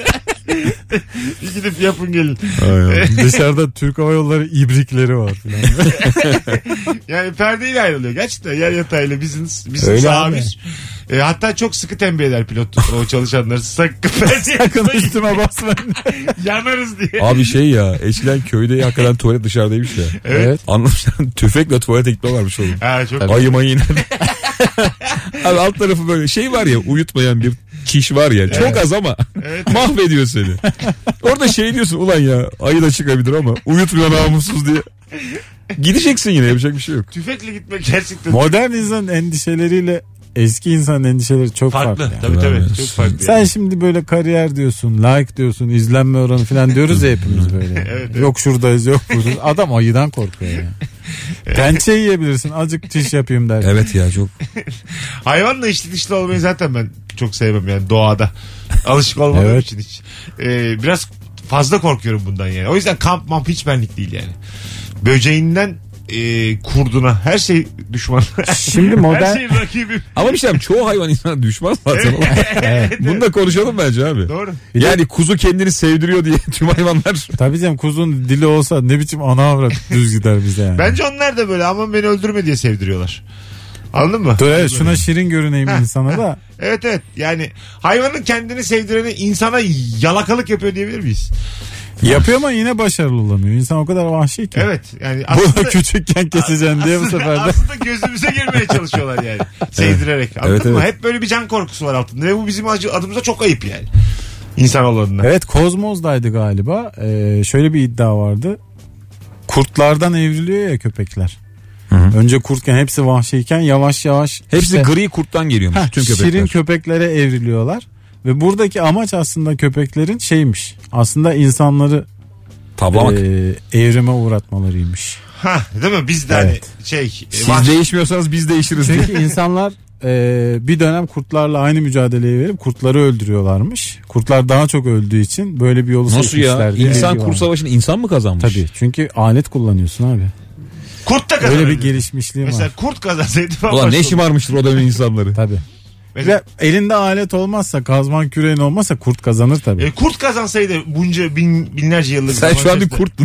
Bir gidip yapın gelin. Dışarıda Türk Hava Yolları ibrikleri var falan. Yani perdeyle ayrılıyor. Gerçekten yer yatağıyla business, business Öyle amir. E, hatta çok sıkı tembih eder pilot o çalışanları. Sakın perdeye Sakın sayın, üstüme basmayın. yanarız diye. Abi şey ya eskiden köyde hakikaten tuvalet dışarıdaymış ya. Evet. Anlamışlar tüfekle tuvalete gitme varmış oğlum. Ha, çok Ayı mayı iner. Abi alt tarafı böyle şey var ya uyutmayan bir kiş var ya. Çok az ama Evet. mahvediyor seni. Orada şey diyorsun ulan ya ayı da çıkabilir ama uyutmuyor namussuz diye. Gideceksin yine yapacak bir şey yok. tüfekle gitmek gerçekten Modern insanın endişeleriyle eski insanın endişeleri çok farklı. farklı. yani. Tabii tabii. Evet. Çok farklı. Sen yani. şimdi böyle kariyer diyorsun, like diyorsun, izlenme oranı falan diyoruz ya hepimiz böyle. Evet, evet. Yok şuradayız, yok buradayız. Adam ayıdan korkuyor ya. Pençe yiyebilirsin, azıcık tiş yapayım der. Evet ya çok. Hayvanla içli dışlı olmayı zaten ben çok sevmem yani doğada. Alışık olmadığım Evet. için hiç. Ee, biraz fazla korkuyorum bundan yani. O yüzden kamp mamp hiç benlik değil yani. Böceğinden e, kurduna her şey düşman. Şimdi modern Her şey rakibim. Ama bir şey diyeyim, çoğu hayvan insana düşman zaten. Bunu da konuşalım bence abi. Doğru. Yani kuzu kendini sevdiriyor diye tüm hayvanlar. tabii canım kuzun dili olsa ne biçim ana avrat düz gider bize yani. Bence onlar da böyle aman beni öldürme diye sevdiriyorlar. Anladın mı? Dur evet, şuna şirin görüneyim Ha. insana da. Evet evet. Yani hayvanın kendini sevdireni insana yalakalık yapıyor diyebilir miyiz? Yapıyor ama yine başarılı olamıyor. İnsan o kadar vahşi ki. Evet. Yani Bunu aslında, küçükken keseceğim diye bu aslında, sefer de. aslında gözümüze girmeye çalışıyorlar yani. Sevdirerek. Anladın Evet, mı? evet. Hep böyle bir can korkusu var altında. Ve bu bizim acı- adımıza çok ayıp yani. İnsanoğlu Evet, Kozmos'daydı galiba. Ee, şöyle bir iddia vardı. Kurtlardan evriliyor ya köpekler. Önce kurtken hepsi vahşiyken yavaş yavaş Hepsi işte, gri kurttan geliyormuş heh, tüm köpekler. şirin köpeklere evriliyorlar. Ve buradaki amaç aslında köpeklerin şeymiş. Aslında insanları Tablamak. e, evrime uğratmalarıymış. Ha, değil mi? Biz de Evet. hani şey. e, Siz vahşi- değişmiyorsanız biz değişiriz diye. Çünkü insanlar e, bir dönem kurtlarla aynı mücadeleyi verip kurtları öldürüyorlarmış. Kurtlar daha çok öldüğü için böyle bir yolu Nasıl seçmişler. ya? diye İnsan bilgi kurt var. savaşını insan mı kazanmış? Tabii çünkü alet kullanıyorsun abi. Kurt da kazanır. Öyle bir gelişmişliği Mesela var. kurt kazansaydı falan. Ulan ne başladı. şımarmıştır o dönemin insanları. Tabii. Mesela, Ve elinde alet olmazsa, kazman küreğin olmazsa kurt kazanır tabii. e, kurt kazansaydı bunca bin, binlerce yıllık Sen zaman şu an bir içerisinde- kurttun.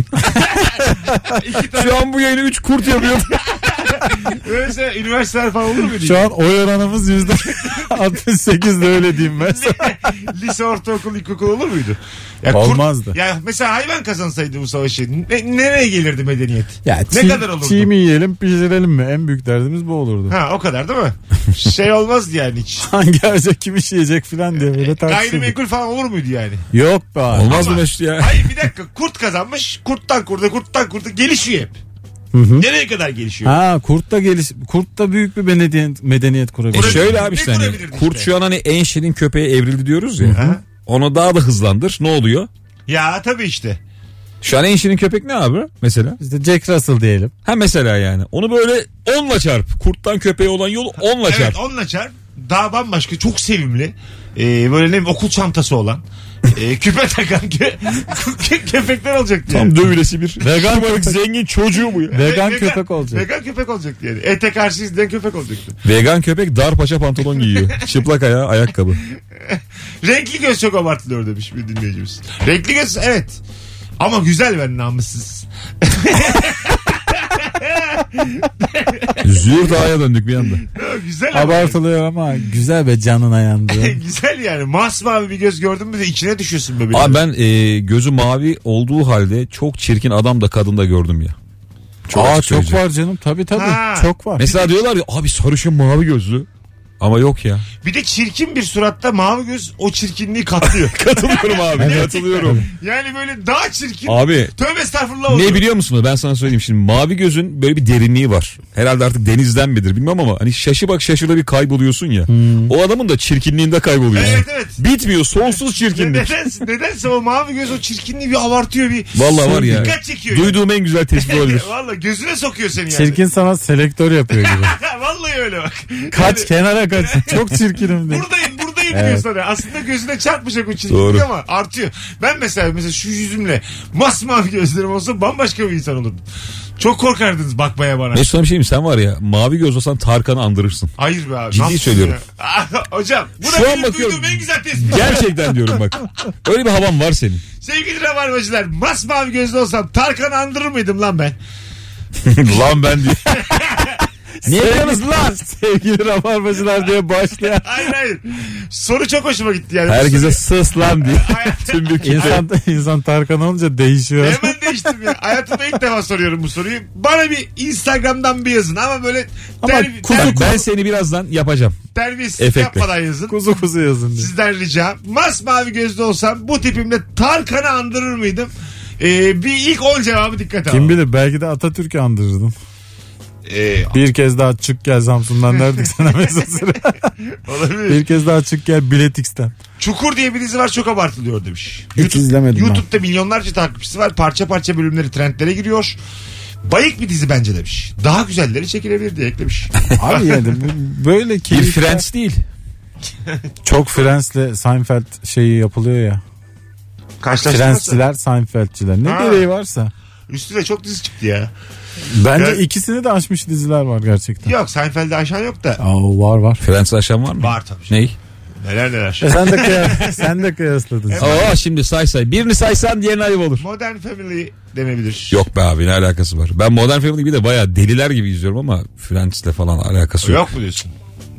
Şu an bu yayını üç kurt yapıyor. Öyleyse üniversiteler falan olur muydu? Şu an oy oranımız yüzde altmış sekiz de öyle diyeyim ben. Lise, ortaokul, ilkokul olur muydu? Ya Olmazdı. Ya mesela hayvan kazansaydı bu savaşı ne- nereye gelirdi medeniyet? Ya Ne çiğ, kadar olurdu? çiğ mi yiyelim pişirelim mi? En büyük derdimiz bu olurdu. Ha o kadar değil mi? Şey olmazdı yani hiç. Hangi ağaca kim iş yiyecek filan diye böyle tartışırdık. Gayrimenkul falan olur muydu yani? Yok be abi. Olmaz mı Ama- Mesut ya? Hayır bir dakika kurt kazanmış kurttan kurda kurttan kurda gelişiyor hep. hı. Nereye kadar gelişiyor? Ha kurt da geliş kurt da büyük bir medeniyet medeniyet E kurabilir. Kurabilir. şöyle abi işte Ne hani kurabilirdi kurt işte? şu an hani en şirin köpeğe evrildi diyoruz ya. Hı. Onu daha da hızlandır. Ne oluyor? Ya tabii işte. Şu an en şirin köpek ne abi mesela? İşte Jack Russell diyelim. Ha mesela yani. Onu böyle onla çarp. Kurttan köpeğe olan yolu onla Evet çarp. onunla çarp. Daha bambaşka çok sevimli. Ee, böyle ne bileyim okul çantası olan. E, küpe takan kö- kö- köpekler olacak diye. Tam dövülesi bir vegan zengin çocuğu bu ya. Vegan köpek olacak. Vegan köpek olacak yani. Ete karşı izleyen köpek olacaktı. Vegan köpek dar paça pantolon giyiyor. Çıplak ayağı ayakkabı. Renkli göz çok abartılıyor demiş bir dinleyicimiz. Renkli göz evet. Ama güzel ver namussuz. Züğürt ağaya döndük bir anda. Güzel ama. Abartılıyor ama güzel be canına yandı. Güzel yani. Masmavi bir göz gördün mü de içine düşüyorsun bebeğim. Abi ben e, gözü mavi olduğu halde çok çirkin adam da kadın da gördüm ya. Çok Aa açık çok söyleyeceğim. var canım tabii tabii Ha. çok var. Mesela diyorlar ya abi sarışın mavi gözlü. Ama yok ya. Bir de çirkin bir suratta mavi göz o çirkinliği katlıyor. Katılıyorum abi katılıyorum. Yani böyle daha çirkin. Abi Tövbe estağfurullah olur. ne biliyor musunuz? Ben sana söyleyeyim şimdi. Mavi gözün böyle bir derinliği var. Herhalde artık denizden midir bilmem ama hani şaşı bak şaşırda bir kayboluyorsun ya. O adamın da çirkinliğinde kayboluyorsun. Evet evet. Bitmiyor sonsuz çirkinlik. Nedense, nedense o mavi göz o çirkinliği bir abartıyor bir. Vallahi var ya. Dikkat çekiyor. Duyduğum en güzel tespit olabilir. Vallahi gözüne sokuyor seni yani. Çirkin sanat selektör yapıyor gibi. Vallahi öyle bak. Kaç Yani, kenara kaç. Çok çirkinim diye. buradayım buradayım Evet. diyor sana. Aslında gözüne çarpmayacak o çirkinlik Doğru. ama artıyor. Ben mesela mesela şu yüzümle masmavi gözlerim olsa bambaşka bir insan olurdum. Çok korkardınız bakmaya bana. Mesut sana bir şey mi? Sen var ya mavi göz olsan Tarkan'ı andırırsın. Hayır be abi. Ciddi ne yaptın söylüyorum. ya? Hocam bu da Şu an benim bakıyorum. duyduğum en güzel tespit. Gerçekten diyorum bak. Öyle bir havan var senin. Sevgili rabarbacılar masmavi gözlü olsam Tarkan'ı andırır mıydım lan ben? Lan ben diye. Niye diyorsunuz lan? Sevgili rabarbacılar diye başlayan. Hayır hayır. Soru çok hoşuma gitti yani. Herkese sus lan diye. Hayat- Tüm bir kitle. İnsan, insan Tarkan olunca değişiyor. Hemen değiştim ya. Hayatımda ilk defa soruyorum bu soruyu. Bana bir Instagram'dan bir yazın ama böyle Ama terbi- kuzu ter- Ben seni birazdan yapacağım. terbiyesiz Efektle. yapmadan yazın. Kuzu kuzu yazın diye. Sizden ricam. Masmavi gözlü olsam bu tipimle Tarkan'ı andırır mıydım? Ee, bir ilk on cevabı dikkat Kim alalım. bilir belki de Atatürk'ü andırırdım. Ee, Bir kez daha çık gel Samsun'dan derdik sana mesaj sıra. olabilir. Bir kez daha çık gel Biletix'ten. Çukur diye bir dizi var çok abartılıyor demiş. Hiç izlemedim ben. YouTube'da milyonlarca takipçisi var. Parça parça bölümleri trendlere giriyor. Bayık bir dizi bence demiş. Daha güzelleri çekilebilir diye eklemiş. Abi yani bu- böyle Bir keyifler. Friends değil. Çok Friends'le Seinfeld şeyi yapılıyor ya. Karşılaştırması. Friends'çiler Seinfeld'çiler. Ne Ha. gereği varsa. Üstüne çok dizi çıktı ya. Bence Evet. ikisini de aşmış diziler var gerçekten. Yok Seinfeld'de aşağı yok da. Aa, var var. Friends'i aşan var mı? Var tabii. Ney? Neler neler. E sen de kıya- sen de kıyasladın. Aa şimdi say say. Birini saysan diğerine ayıp olur. Modern Family denebilir. Yok be abi ne alakası var. Ben Modern Family bir de bayağı deliler gibi izliyorum ama Friends'le falan alakası yok. Yok mu diyorsun?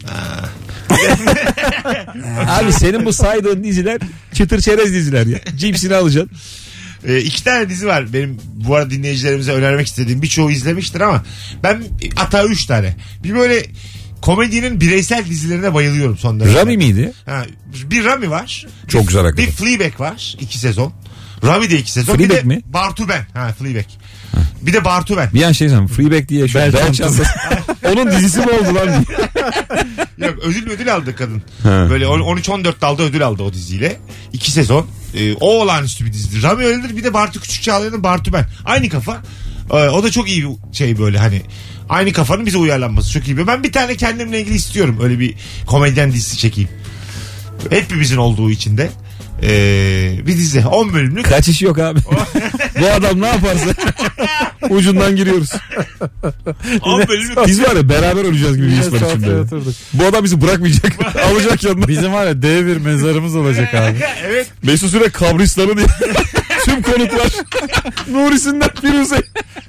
Abi senin bu saydığın diziler çıtır çerez diziler ya. Cipsini alacaksın. Ee, iki tane dizi var. Benim bu arada dinleyicilerimize önermek istediğim. Birçoğu izlemiştir ama ben hatta üç tane. Bir böyle komedinin bireysel dizilerine bayılıyorum son dönemde. Rami miydi? Ha, bir Rami var. Çok bir, güzel hakikaten. Bir Fleabag var. iki sezon. Rami de iki sezon. Fleabag bir de mi? Bartu Ben. Ha Fleabag. Bir de Bartu Ben. Bir an şey sanırım. Freeback diye şu Bel bel çantası. çantası. Onun dizisi mi oldu lan diye. Yok ödül ödül aldı kadın. Ha. Böyle on üç on dört dalda ödül aldı o diziyle. İki sezon. Ee, o olağanüstü bir dizidir. Rami öyledir. Bir de Bartu Küçük Çağlayan'ın Bartu Ben. Aynı kafa. Ee, o da çok iyi bir şey böyle hani. Aynı kafanın bize uyarlanması çok iyi. Ben bir tane kendimle ilgili istiyorum. Öyle bir komedyen dizisi çekeyim. Hepimizin olduğu içinde. Ee, bir dizi. on bölümlük. Kaçış yok abi. Bu adam ne yaparsa ucundan giriyoruz. on bölümlük. Biz var ya beraber öleceğiz gibi bir his var Sofraya içimde. oturduk. Bu adam bizi bırakmayacak. Alacak yanına. Bizim var ya dev bir mezarımız olacak abi. Evet. Mesut Süre kabristanı diye. Tüm konuklar. Nuri'sinden Firuze.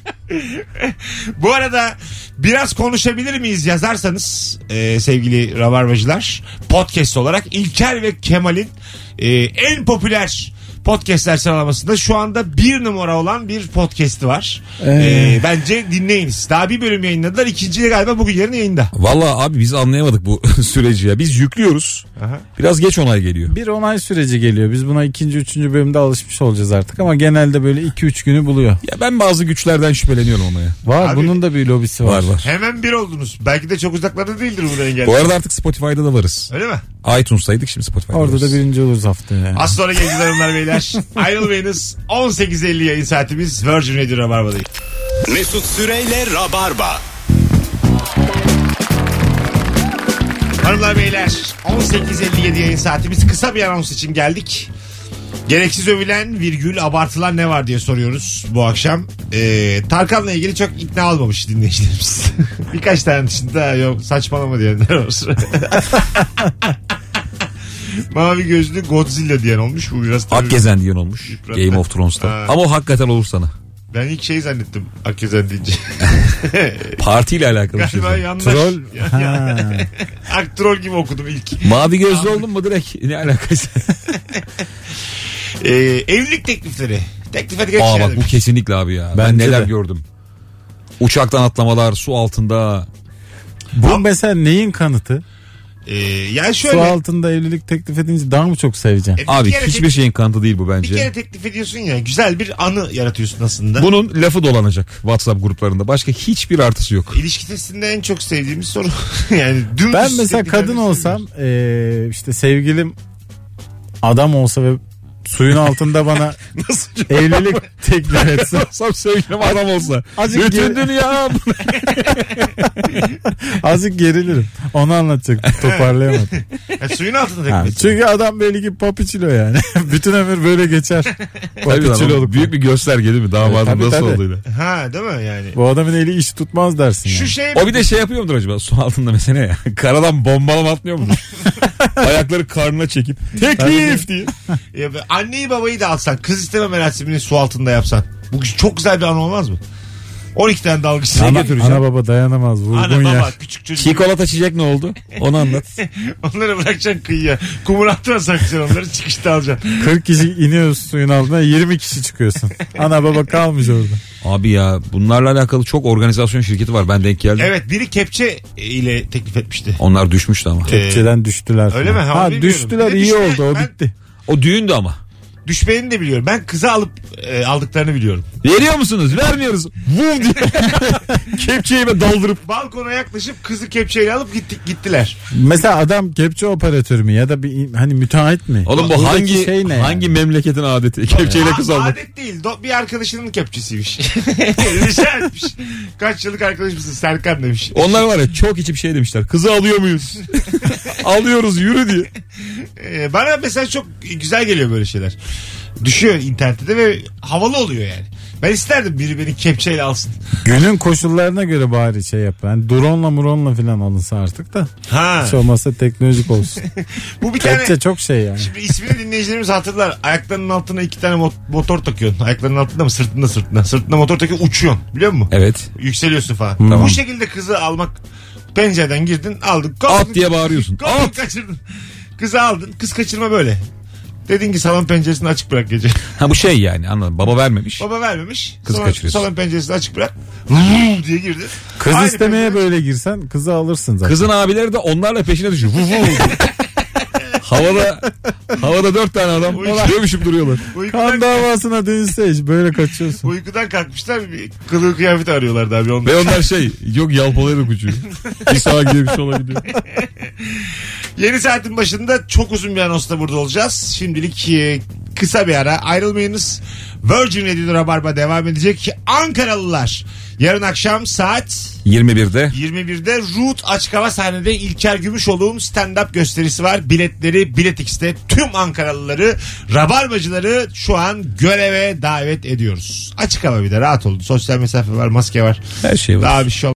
Bu arada biraz konuşabilir miyiz yazarsanız e, sevgili rabarbacılar podcast olarak İlker ve Kemal'in e, en popüler podcastler sıralamasında şu anda bir numara olan bir podcast'i var. Ee. Ee, bence dinleyiniz. Daha bir bölüm yayınladılar. İkinci de galiba bugün yarın yayında. Valla abi biz anlayamadık bu süreci ya. Biz yüklüyoruz. Aha. Biraz geç onay geliyor. Bir onay süreci geliyor. Biz buna ikinci, üçüncü bölümde alışmış olacağız artık ama genelde böyle iki üç günü buluyor. Ya ben bazı güçlerden şüpheleniyorum ona ya. Var Abi, bunun da bir lobisi var. Var var. Hemen bir oldunuz. Belki de çok uzaklarda değildir bunu engeller. Bu arada artık Spotify'da da varız. Öyle mi? iTunes'taydık, şimdi Spotify'da Orada varız. da birinci oluruz haftaya. Yani. Az sonra geleceğiz hanımlar beyler. Ayrılmayınız. on sekiz elli yayın saatimiz Virgin Radio Rabarba'dayız. Mesut Süreyle Rabarba. Hanımlar beyler on sekiz elli yedi yayın saatimiz. Kısa bir anons için geldik. Gereksiz övülen virgül abartılan ne var diye soruyoruz bu akşam. Ee, Tarkan'la ilgili çok ikna olmamış dinleyicilerimiz. Birkaç tane dışında yok saçmalama diyenler var. Mavi gözlü Godzilla diyen olmuş. Bu biraz tabii. Akgezen diyen olmuş Yıpratma. Game of Thrones'ta. Ha. Ama o hakikaten olur sana. Ben ilk şey zannettim Akgezen deyince. Partiyle alakalı bir şey. Galiba yanlış. Troll. Ya, ya. Aktrol gibi okudum ilk. Mavi gözlü oldun mu direkt? Ne alakası? Ee, evlilik teklifleri. Teklif et geç Aa ya bak bu demiş. kesinlikle abi ya. Ben Bence neler de. gördüm. Uçaktan atlamalar, su altında. Bu mesela neyin kanıtı? Ee, yani şöyle. Su altında evlilik teklif edince daha mı çok seveceksin? E, bir Abi kere hiçbir tek- şeyin kanıtı değil bu Bir bence. kere teklif ediyorsun ya güzel bir anı yaratıyorsun aslında. Bunun lafı dolanacak WhatsApp gruplarında. Başka hiçbir artısı yok. İlişki testinde en çok sevdiğimiz soru. Yani dümdüz Ben mesela teklif kadın etmesini olsam eee, işte sevgilim adam olsa ve suyun altında bana evlilik teklif etse. Sam söyleyeyim adam olsa. Azıcık Bütün geri- dünya. Azıcık gerilirim. Onu anlatacaktım, toparlayamadım. Yani suyun altında Ha, teklif. çünkü adam belli ki papiçilo yani. Bütün ömür böyle geçer. Tabii lan, Papiçiloluk. büyük bir gösterge değil mi? Damadım Tabii, nasıl tabii. olduğuyla. Ha değil mi yani? Bu adamın eli iş tutmaz dersin Şu yani. şey O bir de şey yapıyor mudur acaba? Su altında mesela ya. Karadan bombalama atmıyor mudur? Ayakları karnına çekip teklif diye. ya, anneyi babayı da alsan kız isteme merasimini su altında yapsan. Bu çok güzel bir an olmaz mı? on iki tane dalgıç. Ana, götüreceğim? ana baba dayanamaz, vurgun Ana baba yer. küçük çocuk. Çikolata çiçek ne oldu? Onu anlat. Onları bırakacaksın kıyıya. Kumur attıra sakacaksın onları çıkışta alacaksın. kırk kişi iniyoruz suyun altına, yirmi kişi çıkıyorsun. Ana baba kalmış orada. Abi ya bunlarla alakalı çok organizasyon şirketi var. Ben denk geldim. Evet biri kepçe ile teklif etmişti. Onlar düşmüştü ama. Kepçeden düştüler. öyle falan. mi? Ha, Ha, bilmiyorum. düştüler, Bir de iyi düşme- oldu, o ben- bitti. O düğündü ama. Düşmeyeni de biliyorum. Ben kızı alıp e, aldıklarını biliyorum. Veriyor musunuz? Vermiyoruz. Vum diye. Kepçeyi ve daldırıp. Balkona yaklaşıp kızı kepçeyle alıp gittik gittiler. Mesela adam kepçe operatörü mü ya da bir hani müteahhit mi? Oğlum bu Buradaki hangi şey ne hangi yani? memleketin adeti? Kepçeyle kız Aa, almak. adet değil. Do- bir arkadaşının kepçesiymiş. Rica etmiş. Kaç yıllık arkadaş mısın Serkan demiş. Onlar var ya çok içip şey demişler. Kızı alıyor muyuz? Alıyoruz yürü diye. Ee, bana mesela çok güzel geliyor böyle şeyler. Düşüyor internette de ve havalı oluyor yani. Ben isterdim biri beni kepçeyle alsın. Günün koşullarına göre bari şey yap. Yani drone'la muronla falan alınsa artık da. Ha. Hiç olmazsa teknolojik olsun. Bu bir tane... Kepçe çok şey yani. Şimdi ismini dinleyicilerimiz hatırlar. Ayaklarının altına iki tane mot- motor takıyorsun. Ayaklarının altında mı? Sırtında sırtında. Sırtında motor takıyorsun uçuyorsun. Biliyor musun? Evet. Yükseliyorsun falan. Tamam. Bu şekilde kızı almak pencereden girdin aldın. At diye bağırıyorsun. Kovdun At. kaçırdın. Kızı aldın. Kız kaçırma böyle. Dedin ki salon penceresini açık bırak gece. Ha bu şey yani anladın. Baba vermemiş. Baba vermemiş. Kızı Salon- kaçırıyorsun. Salon penceresini açık bırak. Vuv diye girdi. Kız Aynı istemeye pencere- böyle girsen kızı alırsın zaten. Kızın abileri de onlarla peşine düşüyor. Vu vu. havada havada dört tane adam dövüşüp duruyorlar. Kan Uykudan, davasına dönüşse hiç böyle kaçıyorsun. uykudan kalkmışlar. Bir kılığı kıyafeti arıyorlardı abi. Onlar. Ve onlar şey yok yalpalayarak uçuyor. Bir sağa gidiyor bir sola gidiyor. Yeni saatin başında çok uzun bir anonsla burada olacağız. Şimdilik e, kısa bir ara ayrılmayınız. Virgin Radio Rabarba devam edecek. Ankaralılar yarın akşam saat yirmi birde yirmi birde Root Açık Hava sahnede İlker Gümüşoğlu'nun stand-up gösterisi var. Biletleri Bilet X'te. Tüm Ankaralıları, Rabarbacıları şu an göreve davet ediyoruz. Açık hava bir de rahat olun. Sosyal mesafe var, maske var. her şey var. Daha bir şey